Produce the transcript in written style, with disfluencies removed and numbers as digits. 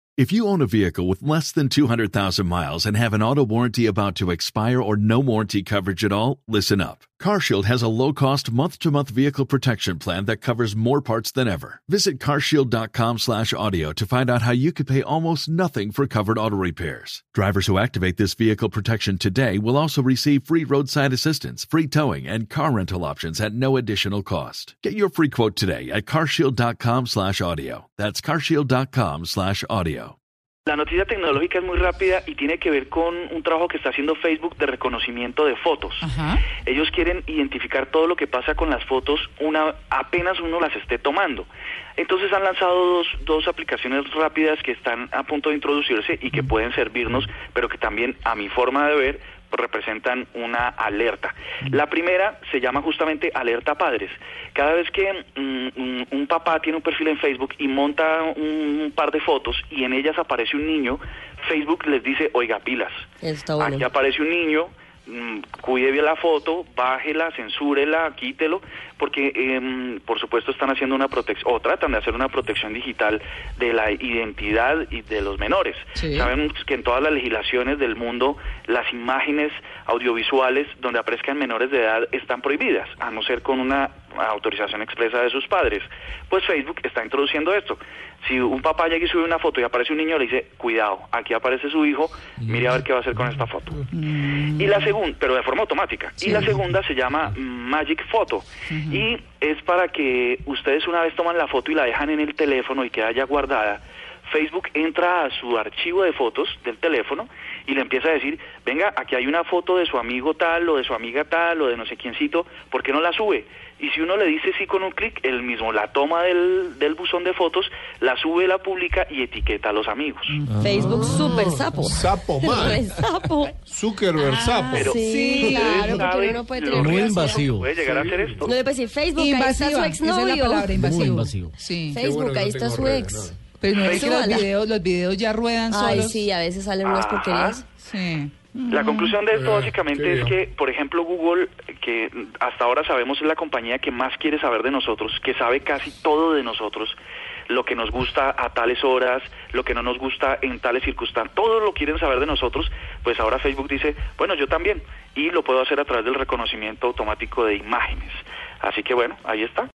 If you own a vehicle with less than 200,000 miles and have an auto warranty about to expire or no warranty coverage at all, listen up. CarShield has a low-cost month-to-month vehicle protection plan that covers more parts than ever. Visit carshield.com/audio to find out how you could pay almost nothing for covered auto repairs. Drivers who activate this vehicle protection today will also receive free roadside assistance, free towing, and car rental options at no additional cost. Get your free quote today at carshield.com/audio. That's carshield.com/audio. La noticia tecnológica es muy rápida y tiene que ver con un trabajo que está haciendo Facebook de reconocimiento de fotos. Ajá. Ellos quieren identificar todo lo que pasa con las fotos apenas uno las esté tomando. Entonces han lanzado dos aplicaciones rápidas que están a punto de introducirse y que pueden servirnos, pero que también, a mi forma de ver, representan una alerta. La primera se llama justamente Alerta Padres. Cada vez que un papá tiene un perfil en Facebook y monta un par de fotos y en ellas aparece un niño, Facebook les dice, oiga, pilas, Está bueno. aquí aparece un niño, cuide bien la foto, bájela, censúrela, quítelo, porque por supuesto están haciendo una protección, o tratan de hacer una protección digital de la identidad y de los menores. Sí. Sabemos que en todas las legislaciones del mundo las imágenes audiovisuales donde aparezcan menores de edad están prohibidas, a no ser con una autorización expresa de sus padres. Pues Facebook está introduciendo esto. Si un papá llega y sube una foto y aparece un niño, le dice, cuidado, aquí aparece su hijo, mire a ver qué va a hacer con esta foto. Y la segunda, pero de forma automática. Sí. Y la segunda se llama Magic Photo. Y es para que ustedes una vez toman la foto y la dejan en el teléfono y queda ya guardada, Facebook entra a su archivo de fotos del teléfono y le empieza a decir, venga, aquí hay una foto de su amigo tal, o de su amiga tal, o de no sé quiéncito, ¿por qué no la sube? Y si uno le dice sí con un clic, él mismo la toma del buzón de fotos, la sube, la publica y etiqueta a los amigos. Facebook super sapo. Sapo mal. Re sapo. Zuckerberg sapo. Pero Sí, claro, porque ¿saben uno no puede lo tener... Muy riesgoso invasivo. que puede llegar a hacer esto? No le puede decir Facebook, ahí está su Invasiva, esa es la exnovio. palabra, invasivo. Muy invasivo. Sí. Qué Facebook, bueno que ahí no está tengo su redes, ex. nada. Pero no es que Súbala. los videos ya ruedan Ay, solos. sí, a veces salen unas Ajá. porquerías. Sí. La conclusión de esto básicamente qué es que, por ejemplo, Google, que hasta ahora sabemos es la compañía que más quiere saber de nosotros, que sabe casi todo de nosotros, lo que nos gusta a tales horas, lo que no nos gusta en tales circunstancias, todo lo quieren saber de nosotros, pues ahora Facebook dice, bueno, yo también, y lo puedo hacer a través del reconocimiento automático de imágenes. Así que bueno, ahí está.